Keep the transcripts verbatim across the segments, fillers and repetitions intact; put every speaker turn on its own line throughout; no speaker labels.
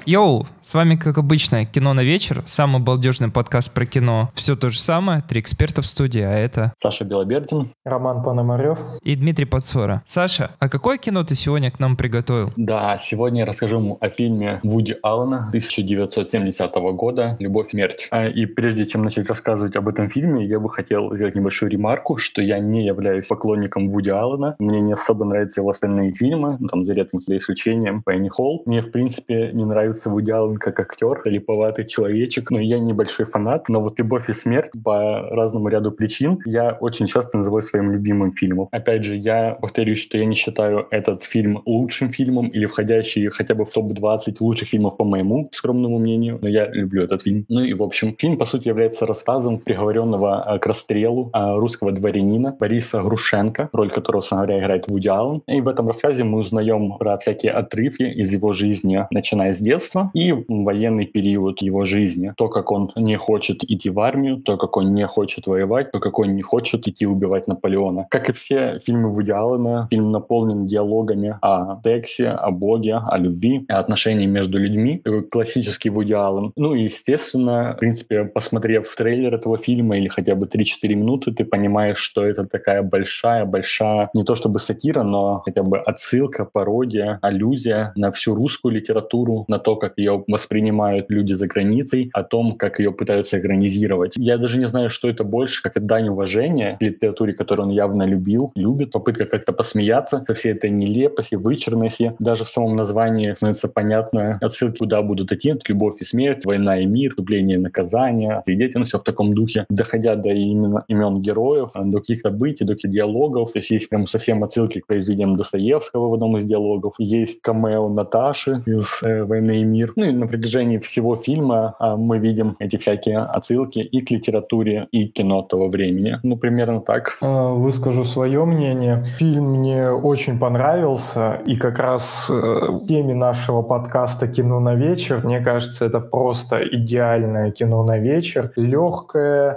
Йоу, с вами, как обычно, «Кино на вечер», самый балдежный подкаст про кино. Все то же самое, три эксперта в студии, а это...
Саша Белобердин,
Роман Пономарев
и Дмитрий Подсора. Саша, а какое кино ты сегодня к нам приготовил?
Да, сегодня я расскажу о фильме Вуди Аллена тысяча девятьсот семидесятого года «Любовь, смерть». И прежде чем начать рассказывать об этом фильме, я бы хотел сделать небольшую ремарку, что я не являюсь поклонником Вуди Аллена. Мне не особо нравятся его остальные фильмы, там, за редким исключением Пенни Холл. Мне, в принципе, не нравится Вуди Аллен как актер, липоватый человечек, но я небольшой фанат. Но вот «Любовь и смерть» по разному ряду причин я очень часто называю своим любимым фильмом. Опять же, я повторюсь, что я не считаю этот фильм лучшим фильмом или входящий хотя бы в топ двадцать лучших фильмов по моему скромному мнению, но я люблю этот фильм. Ну и в общем, фильм по сути является рассказом приговоренного к расстрелу русского дворянина Бориса Грушенко, роль которого, собственно говоря, играет Вуди Аллен. И в этом рассказе мы узнаем про всякие отрывки из его жизни, начиная с детства и военный период его жизни. То, как он не хочет идти в армию, то, как он не хочет воевать, то, как он не хочет идти убивать Наполеона. Как и все фильмы Вуди Аллена, фильм наполнен диалогами о сексе, о Боге, о любви, о отношениях между людьми. Такой классический Вуди Аллен. Ну и, естественно, в принципе, посмотрев трейлер этого фильма или хотя бы три-четыре минуты, ты понимаешь, что это такая большая-большая, не то чтобы сатира, но хотя бы отсылка, пародия, аллюзия на всю русскую литературу, на то, как ее воспринимают люди за границей, о том, как ее пытаются экранизировать. Я даже не знаю, что это больше, как дань уважения к литературе, которую он явно любил, любит, попытка как-то посмеяться со всей этой нелепости, вычурности. Даже в самом названии становится понятно отсылки, куда будут идти: «Любовь и смерть», «Война и мир», «Вступление и наказание», «Свидетельство», все в таком духе, доходя до именно имен героев, до каких-то событий, до каких-то диалогов. То есть есть прям совсем отсылки к произведениям Достоевского в одном из диалогов. Есть камео Наташи из э, «Войны и мир». Ну и на протяжении всего фильма а, мы видим эти всякие отсылки и к литературе, и к кино того времени. Ну, примерно так.
Выскажу свое мнение. Фильм мне очень понравился, и как раз в теме нашего подкаста «Кино на вечер», мне кажется, это просто идеальное кино на вечер. Легкое,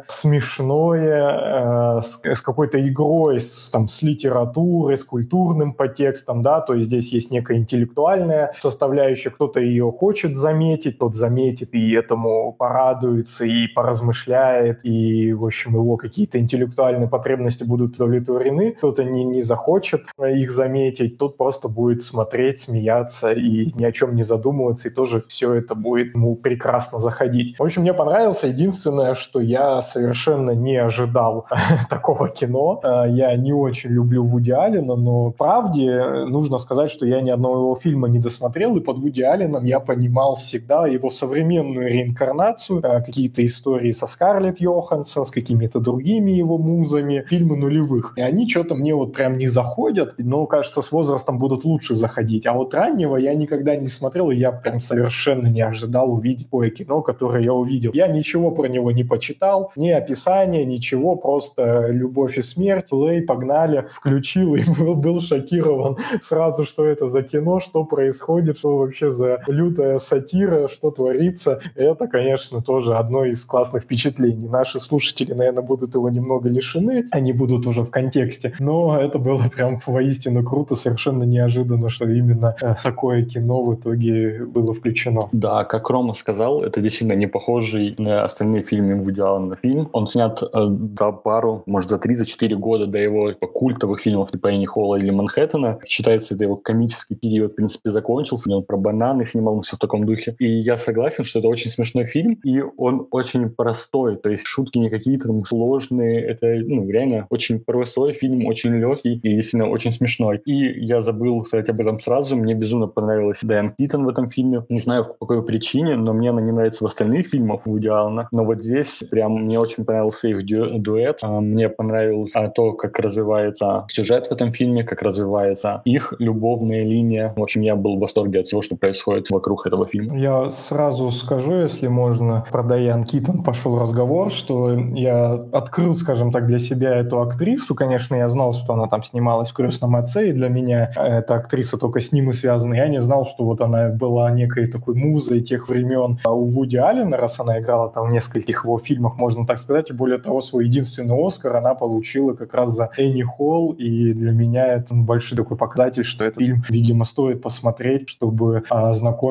смешное, с, с какой-то игрой, с, там, с литературой, с культурным подтекстом, да, то есть здесь есть некая интеллектуальная составляющая, кто-то ее хочет заметить, тот заметит и этому порадуется, и поразмышляет, и, в общем, его какие-то интеллектуальные потребности будут удовлетворены. Кто-то не, не захочет их заметить, тот просто будет смотреть, смеяться и ни о чем не задумываться, и тоже все это будет ему прекрасно заходить. В общем, мне понравилось. Единственное, что я совершенно не ожидал такого кино. Я не очень люблю Вуди Аллена, но правде нужно сказать, что я ни одного его фильма не досмотрел, и под Вуди Алленом я понимал всегда его современную реинкарнацию, какие-то истории со Скарлетт Йоханссон, с какими-то другими его музами, фильмы нулевых. И они что-то мне вот прям не заходят, но, кажется, с возрастом будут лучше заходить. А вот раннего я никогда не смотрел, и я прям совершенно не ожидал увидеть такое кино, которое я увидел. Я ничего про него не почитал, ни описания, ничего, просто «Любовь и смерть», плей, погнали, включил и был, был шокирован сразу, что это за кино, что происходит, что вообще за лютая сатира, что творится. Это, конечно, тоже одно из классных впечатлений. Наши слушатели, наверное, будут его немного лишены, они будут уже в контексте, но это было прям воистину круто, совершенно неожиданно, что именно такое кино в итоге было включено.
Да, как Рома сказал, это действительно не похожий на остальные фильмы Вуди Аллена фильм. Он снят э, за пару, может, за три, за четыре года до его типа, культовых фильмов типа Энни Холла или Манхэттена. Считается, это его комический период, в принципе, закончился. Он про бананы снимал, все в таком духе. И я согласен, что это очень смешной фильм, и он очень простой, то есть шутки не какие-то там сложные, это ну, реально очень простой фильм, очень легкий и действительно очень смешной. И я забыл сказать об этом сразу, мне безумно понравилась Дайан Китон в этом фильме. Не знаю, по какой причине, но мне она не нравится в остальных фильмах Вуди Аллена, но вот здесь прям мне очень понравился их ду- дуэт. Мне понравилось то, как развивается сюжет в этом фильме, как развивается их любовная линия. В общем, я был в восторге от всего, что происходит вокруг этого фильма.
Я сразу скажу, если можно, про Дайан Китон пошел разговор, что я открыл, скажем так, для себя эту актрису. Конечно, я знал, что она там снималась в «Крестном отце», и для меня эта актриса только с ним и связана. Я не знал, что вот она была некой такой музой тех времен. А у Вуди Аллена, раз она играла там в нескольких его фильмах, можно так сказать, и более того, свой единственный Оскар она получила как раз за Энни Холл, и для меня это большой такой показатель, что этот фильм, видимо, стоит посмотреть, чтобы ознакомиться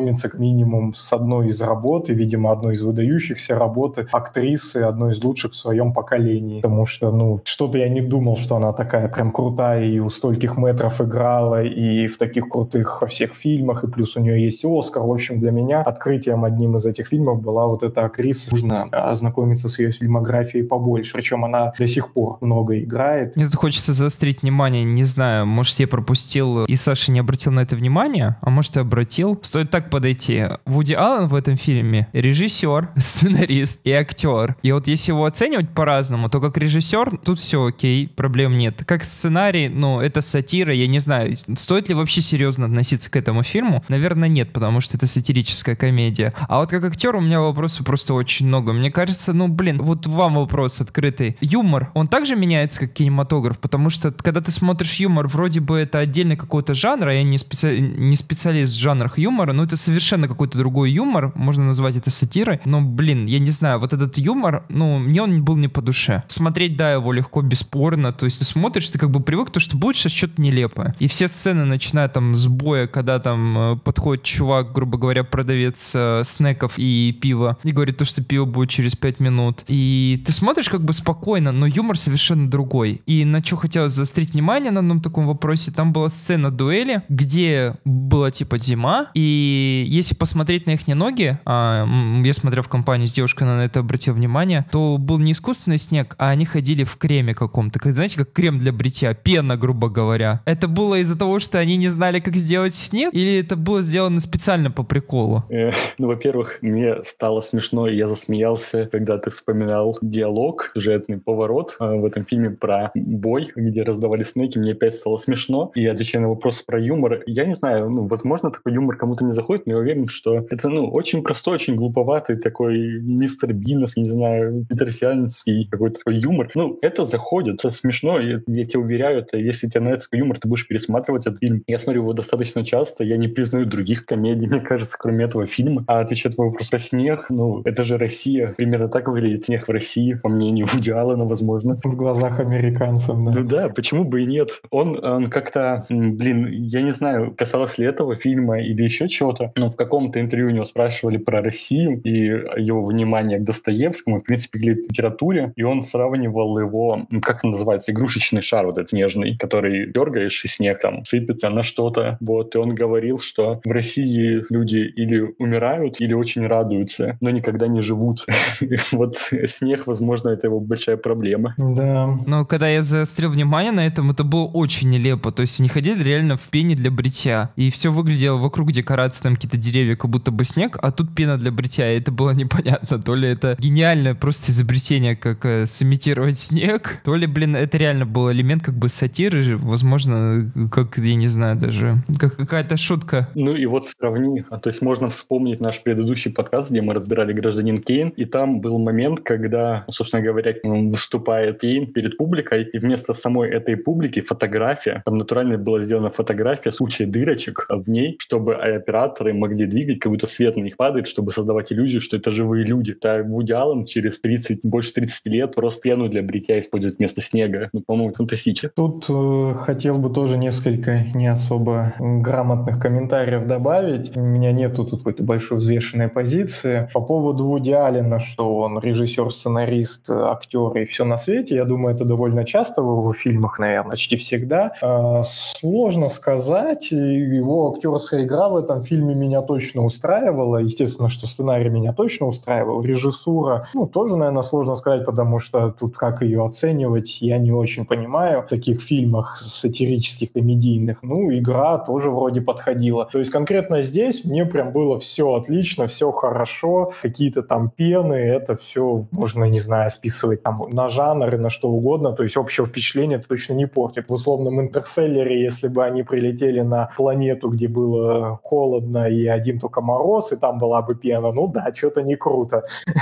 знакомиться как минимум с одной из работ, и, видимо, одной из выдающихся работ актрисы, одной из лучших в своем поколении. Потому что, ну, что-то я не думал, что она такая прям крутая и у стольких метров играла, и в таких крутых во всех фильмах, и плюс у нее есть Оскар. В общем, для меня открытием одним из этих фильмов была вот эта актриса. Нужно ознакомиться с ее фильмографией побольше. Причем она до сих пор много играет.
Мне тут хочется заострить внимание, не знаю, может, я пропустил, и Саша не обратил на это внимание, а может, и обратил. Стоит так подойти. Вуди Аллен в этом фильме режиссер, сценарист и актер. И вот если его оценивать по-разному, то как режиссер, тут все окей, проблем нет. Как сценарий, ну, это сатира, я не знаю, стоит ли вообще серьезно относиться к этому фильму? Наверное, нет, потому что это сатирическая комедия. А вот как актер у меня вопросов просто очень много. Мне кажется, ну, блин, вот вам вопрос открытый. Юмор, он также меняется, как кинематограф? Потому что, когда ты смотришь юмор, вроде бы это отдельный какой-то жанр, а я не, специ... не специалист в жанрах юмора, но это совершенно какой-то другой юмор, можно назвать это сатирой. Но, блин, я не знаю, вот этот юмор, ну, мне он был не по душе. Смотреть, да, его легко, бесспорно, то есть ты смотришь, ты как бы привык, то, что будет сейчас что-то нелепое. И все сцены, начиная там с боя, когда там э, подходит чувак, грубо говоря, продавец э, снеков и пива, и говорит то, что пиво будет через пять минут. И ты смотришь как бы спокойно, но юмор совершенно другой. И на что хотелось заострить внимание на одном таком вопросе, там была сцена дуэли, где была типа зима, и если посмотреть на их ноги, а, я смотрел в компании с девушкой, она на это обратила внимание, то был не искусственный снег, а они ходили в креме каком-то, как, знаете, как крем для бритья, пена, грубо говоря. Это было из-за того, что они не знали, как сделать снег, или это было сделано специально по приколу?
Э, ну, во-первых, мне стало смешно, и я засмеялся, когда ты вспоминал диалог, сюжетный поворот э, в этом фильме про бой, где раздавали снеки, мне опять стало смешно. И отвечая на вопрос про юмор, я не знаю, ну, возможно, такой юмор кому-то не заходит, но я уверен, что это, ну, очень простой, очень глуповатый такой мистер Бинос, не знаю, петерсианский какой-то такой юмор. Ну, это заходит, это смешно, и я тебе уверяю, это, если тебе нравится такой юмор, ты будешь пересматривать этот фильм. Я смотрю его достаточно часто, я не признаю других комедий, мне кажется, кроме этого фильма. А отвечая на твой вопрос про снег, ну, это же Россия. Примерно так выглядит снег в России, по мнению Вуди Аллена, возможно.
В глазах американцев, да.
Ну да, почему бы и нет? Он, он как-то, блин, я не знаю, касалось ли этого фильма или еще чего-то, но в каком-то интервью у него спрашивали про Россию и его внимание к Достоевскому, в принципе, к литературе, и он сравнивал его, как это называется, игрушечный шар вот этот снежный, который дергаешь, и снег там сыпется на что-то, вот, и он говорил, что в России люди или умирают, или очень радуются, но никогда не живут. Вот снег, возможно, это его большая проблема.
Да.
Но когда я заострил внимание на этом, это было очень нелепо. То есть они ходили реально в пене для бритья. И все выглядело вокруг декорации, там какие-то деревья, как будто бы снег, а тут пена для бритья. И это было непонятно. То ли это гениальное просто изобретение, как э, сымитировать снег, то ли, блин, это реально был элемент как бы сатиры, возможно, как, я не знаю, даже как какая-то шутка.
Ну и вот сравни. А, то есть можно вспомнить наш предыдущий подкаст, где мы разбирали «Гражданин Кейн», и там был момент, когда, собственно говоря, выступает Кейн перед публикой, и вместо самой этой публики фотография, там натурально была сделана фотография с кучей дырочек в ней, чтобы операторы могли двигать, как будто свет на них падает, чтобы создавать иллюзию, что это живые люди. Это Вуди Аллен через тридцать, больше тридцати лет просто пену для бритья использует вместо снега. Ну, по-моему, фантастично.
Тут э, хотел бы тоже несколько не особо грамотных комментариев добавить. У меня нету тут какой-то большой взвешенной позиции. По поводу Вуди Аллена, что он режиссер, сценарист, актер и все на свете, я думаю, это довольно часто в его фильмах, наверное, почти всегда. Э, сложно сказать. Его актерская игра в этом фильме меня точно устраивала. Естественно, что сценарий меня точно устраивал. Режиссура, ну, тоже, наверное, сложно сказать, потому что тут как ее оценивать, я не очень понимаю. В таких фильмах сатирических, комедийных, ну, игра тоже вроде подходила. То есть конкретно здесь мне прям было все отлично, все хорошо. Какие-то там пены, это все можно, не знаю, списывать там на жанр и на что угодно. То есть общего впечатления это точно не портит. В условном «Интерстелларе», если бы они прилетели на планету, где было холодно и один только мороз, и там была бы пена, ну да, что-то не круто.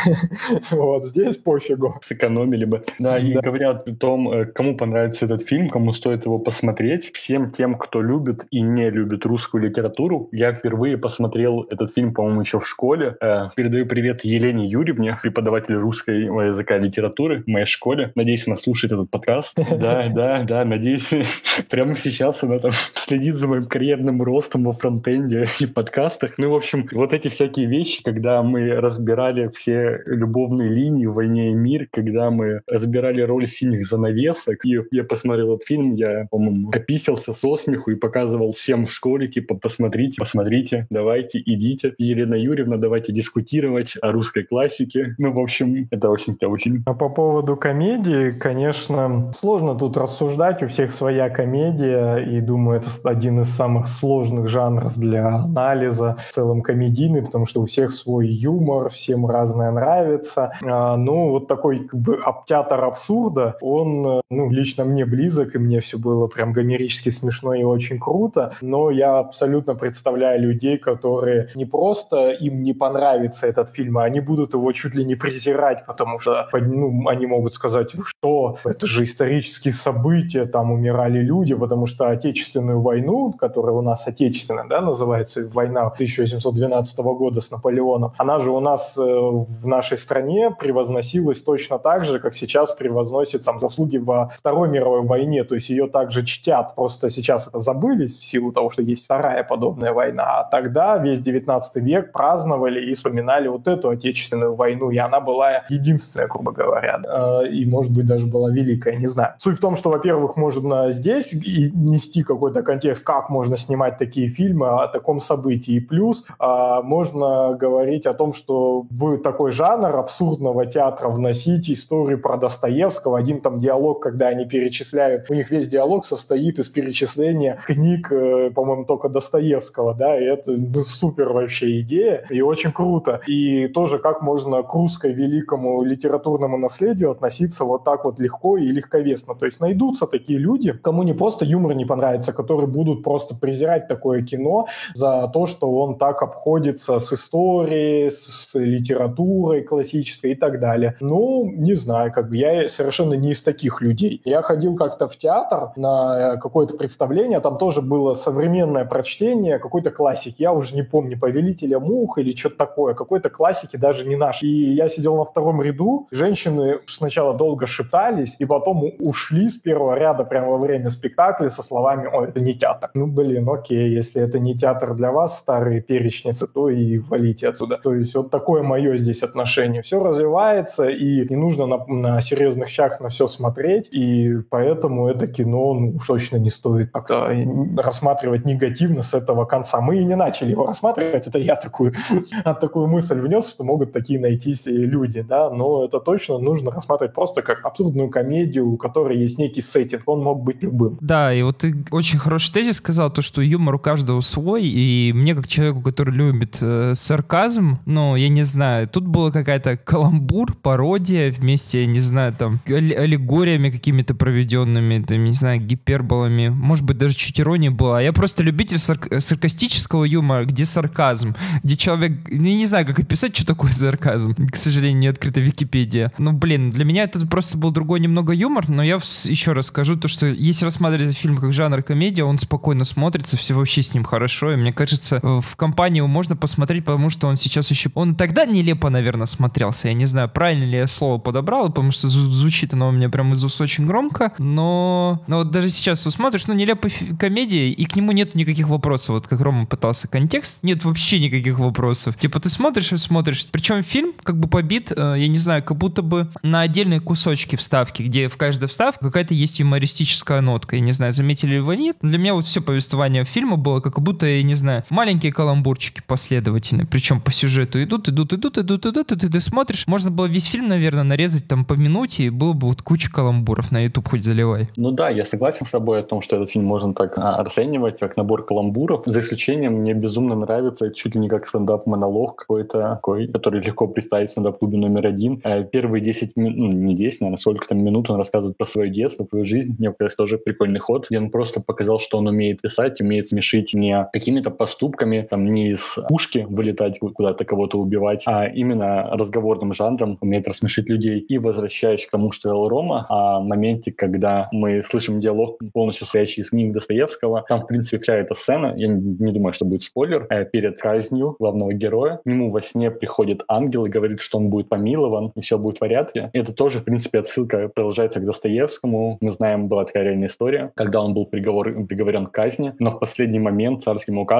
Вот здесь пофигу.
Сэкономили бы. Да, и говорят о том, кому понравится этот фильм, кому стоит его посмотреть. Всем тем, кто любит и не любит русскую литературу. Я впервые посмотрел этот фильм, по-моему, еще в школе. Передаю привет Елене Юрьевне, преподавателю русского языка и литературы в моей школе. Надеюсь, она слушает этот подкаст. Да, да, да, надеюсь, прямо сейчас она там следит за моим карьерным ростом во фронтенде и под подкастах. Ну, в общем, вот эти всякие вещи, когда мы разбирали все любовные линии в «Войне и мир», когда мы разбирали роль синих занавесок, и я посмотрел этот фильм, я, по-моему, описался со смеху и показывал всем в школе, типа, посмотрите, посмотрите, давайте, идите. Елена Юрьевна, давайте дискутировать о русской классике. Ну, в общем, это очень клевый фильм.
А по поводу комедии, конечно, сложно тут рассуждать, у всех своя комедия, и думаю, это один из самых сложных жанров для анализа, в целом комедийный, потому что у всех свой юмор, всем разное нравится. А, ну, вот такой как бы театр абсурда, он, ну, лично мне близок, и мне все было прям гомерически смешно и очень круто, но я абсолютно представляю людей, которые не просто им не понравится этот фильм, а они будут его чуть ли не презирать, потому что, ну, они могут сказать, что это же исторические события, там умирали люди, потому что Отечественную войну, которая у нас отечественная, да, называется, война тысяча восемьсот двенадцатого года с Наполеоном, она же у нас в нашей стране превозносилась точно так же, как сейчас превозносят там заслуги во Второй мировой войне, то есть ее также чтят, просто сейчас это забылись в силу того, что есть вторая подобная война, а тогда весь девятнадцатый век праздновали и вспоминали вот эту Отечественную войну, и она была единственная, грубо говоря, и, может быть, даже была великая, не знаю. Суть в том, что, во-первых, можно здесь и нести какой-то контекст, как можно снимать такие фильмы о таком событии, и плюс можно говорить о том, что в такой жанр абсурдного театра вносить историю про Достоевского, один там диалог, когда они перечисляют, у них весь диалог состоит из перечисления книг, по-моему, только Достоевского, да, и это супер вообще идея, и очень круто. И тоже как можно к русской великому литературному наследию относиться вот так вот легко и легковесно. То есть найдутся такие люди, кому не просто юмор не понравится, которые будут просто презирать такое кино за то, что он так обходится с историей, с литературой классической и так далее. Ну, не знаю, как бы я совершенно не из таких людей. Я ходил как-то в театр на какое-то представление, там тоже было современное прочтение какой-то классики, я уже не помню, «Повелителя мух» или что-то такое, какой-то классики, даже не наш. И я сидел на втором ряду, женщины сначала долго шептались, и потом ушли с первого ряда прямо во время спектакля со словами: «Ой, это не театр». Ну, блин, окей, если это не театр для вас, старые перечницы, то и валите отсюда. То есть вот такое мое здесь отношение. Все развивается, и не нужно на, на серьезных щах на все смотреть, и поэтому это кино, ну, точно не стоит как-то рассматривать негативно с этого конца. Мы и не начали его рассматривать, это я такую, такую мысль внес, что могут такие найтись люди, да, но это точно нужно рассматривать просто как абсурдную комедию, у которой есть некий сеттинг, он мог быть любым.
Да, и вот ты очень хороший тезис сказал, то, что юмор у каждого свой, и мне, как человеку, который любит э, сарказм, ну, я не знаю, тут была какая-то каламбур, пародия вместе, не знаю, там, аллегориями какими-то проведенными, там, не знаю, гиперболами, может быть, даже чуть ирония была. Я просто любитель сар- саркастического юмора, где сарказм, где человек, ну, я не знаю, как описать, что такое сарказм, к сожалению, не открыта Википедия. Ну, блин, для меня это просто был другой немного юмор, но я еще раз скажу то, что если рассматривать этот фильм как жанр комедия, он спокойно смотрится, все вообще с ним хорошо, и мне кажется, в компании его можно посмотреть, потому что он сейчас еще... Он тогда нелепо, наверное, смотрелся, я не знаю, правильно ли я слово подобрал, потому что звучит оно у меня прям из уст очень громко, но, но вот даже сейчас вы смотришь, ну, нелепая комедия, и к нему нет никаких вопросов, вот как Рома пытался контекст, нет вообще никаких вопросов. Типа ты смотришь и смотришь, причем фильм как бы побит, э, я не знаю, как будто бы на отдельные кусочки вставки, где в каждой вставке какая-то есть юмористическая нотка. Я не знаю, заметили ли вы нет. Для меня вот все повествование фильма было как будто, я не знаю, маленькие каламбурчики последовательные, причем по сюжету идут, идут, идут, идут, идут, и ты, ты смотришь, можно было весь фильм, наверное, нарезать там по минуте, и было бы вот куча каламбуров, на YouTube хоть заливай.
Ну да, я согласен с тобой о том, что этот фильм можно так а, расценивать, как набор каламбуров. За исключением, мне безумно нравится, чуть ли не как стендап-монолог какой-то, такой, который легко представить в стендап-клубе номер один. Первые десять минут, ну не десять, наверное, сколько там минут он рассказывает про свое детство, свою жизнь. Мне кажется, тоже прикольный ход, где он просто показал, что он умеет писать, умеет смешить не какими-то поступками, там, не из пушки вылетать куда-то, кого-то убивать, а именно разговорным жанром умеет рассмешить людей. И возвращаясь к тому, что говорил Рома, о моменте, когда мы слышим диалог, полностью состоящий из книг Достоевского, там, в принципе, вся эта сцена, я не думаю, что будет спойлер, перед казнью главного героя, к нему во сне приходит ангел и говорит, что он будет помилован, и все будет в порядке. Это тоже, в принципе, отсылка продолжается к Достоевскому. Мы знаем, была такая реальная история, когда он был приговор, приговорен к казни, но в последний момент царским указом, то есть его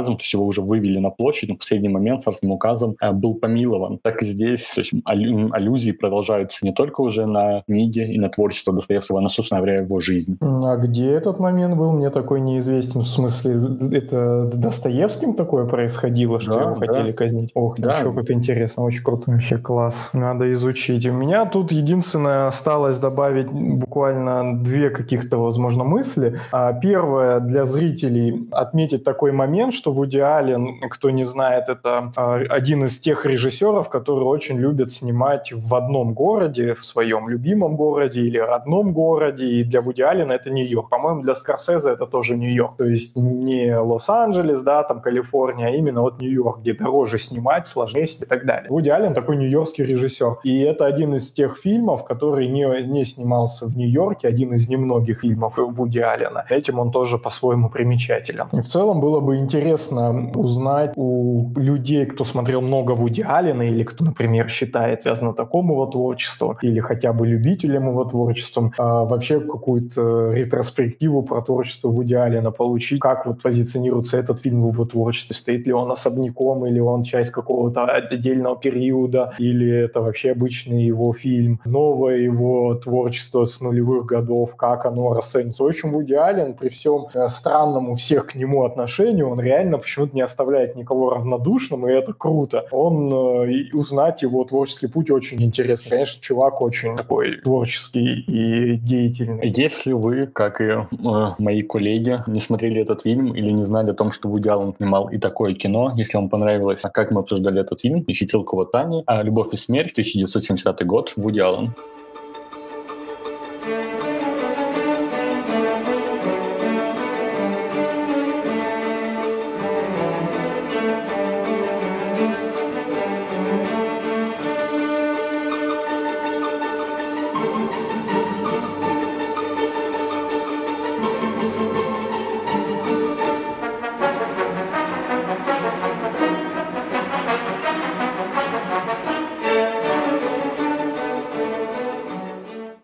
его уже вывели на площадь, но в последний момент царским указом был помилован. Так и здесь, то есть, аллюзии продолжаются не только уже на книги и на творчество Достоевского, но, собственно говоря, его жизнь.
А где этот момент был? Мне такой неизвестен. В смысле, это с Достоевским такое происходило, что
Да,
его
да.
хотели казнить? Ох,
Да.
ничего, как интересно, очень круто. Вообще класс. Надо изучить. У меня тут единственное осталось добавить буквально две каких-то, возможно, мысли. Первое, для зрителей отметить такой момент, что Вуди Аллен, кто не знает, это один из тех режиссеров, которые очень любят снимать в одном городе, в своем любимом городе или родном городе, и для Вуди Аллена это Нью-Йорк. По-моему, для Скорсезе это тоже Нью-Йорк. То есть не Лос-Анджелес, да, там Калифорния, а именно вот Нью-Йорк, где дороже снимать, сложнее и так далее. Вуди Аллен такой нью-йоркский режиссер. И это один из тех фильмов, который не, не снимался в Нью-Йорке, один из немногих фильмов Вуди Аллена. Этим он тоже по-своему примечателен. И в целом было бы интересно узнать у людей, кто смотрел много Вуди Аллена, или кто, например, считается знатоком его творчества, или хотя бы любителем его творчества, а вообще какую-то ретроспективу про творчество Вуди Аллена получить, как вот позиционируется этот фильм в его творчестве, стоит ли он особняком, или он часть какого-то отдельного периода, или это вообще обычный его фильм, новое его творчество с нулевых годов, как оно расценится. В общем, Вуди Аллен, при всем странном у всех к нему отношению, он реально почему-то не оставляет никого равнодушным, и это круто. Он, э, узнать его творческий путь очень интересно. Конечно, чувак очень такой творческий и деятельный.
Если вы, как и э, мои коллеги, не смотрели этот фильм или не знали о том, что Вуди Аллен снимал и такое кино, если вам понравилось, как мы обсуждали этот фильм, ищите ссылку в описании. А «Любовь и смерть», тысяча девятьсот семидесятый год, Вуди Аллен.